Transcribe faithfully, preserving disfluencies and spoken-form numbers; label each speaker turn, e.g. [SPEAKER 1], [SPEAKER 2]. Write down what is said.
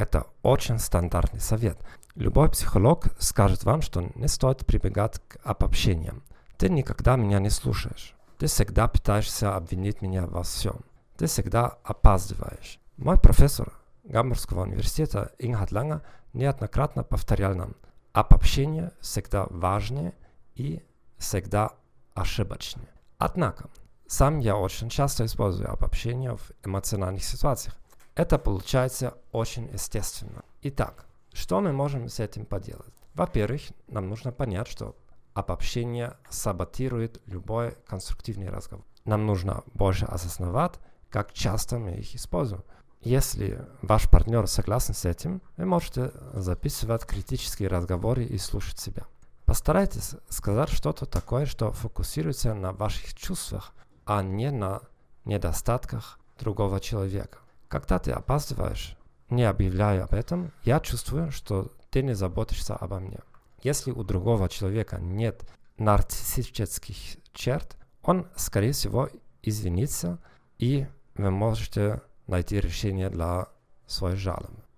[SPEAKER 1] Это очень стандартный совет. Любой психолог скажет вам, что не стоит прибегать к обобщениям. Ты никогда меня не слушаешь. Ты всегда пытаешься обвинить меня во всем. Ты всегда опаздываешь. Мой профессор Гамбургского университета Инхард Ланге неоднократно повторял нам: обобщение всегда важнее и всегда ошибочнее. Однако, сам я очень часто использую обобщение в эмоциональных ситуациях. Это получается очень естественно. Итак, что мы можем с этим поделать? Во-первых, нам нужно понять, что обобщение саботирует любой конструктивный разговор. Нам нужно больше осознавать, как часто мы их используем. Если ваш партнер согласен с этим, вы можете записывать критические разговоры и слушать себя. Постарайтесь сказать что-то такое, что фокусируется на ваших чувствах, а не на недостатках другого человека. Когда ты опаздываешь, не объявляя об этом, я чувствую, что ты не заботишься обо мне. Если у другого человека нет нарциссических черт, он, скорее всего, извинится, и вы можете найти решение для своей жалобы.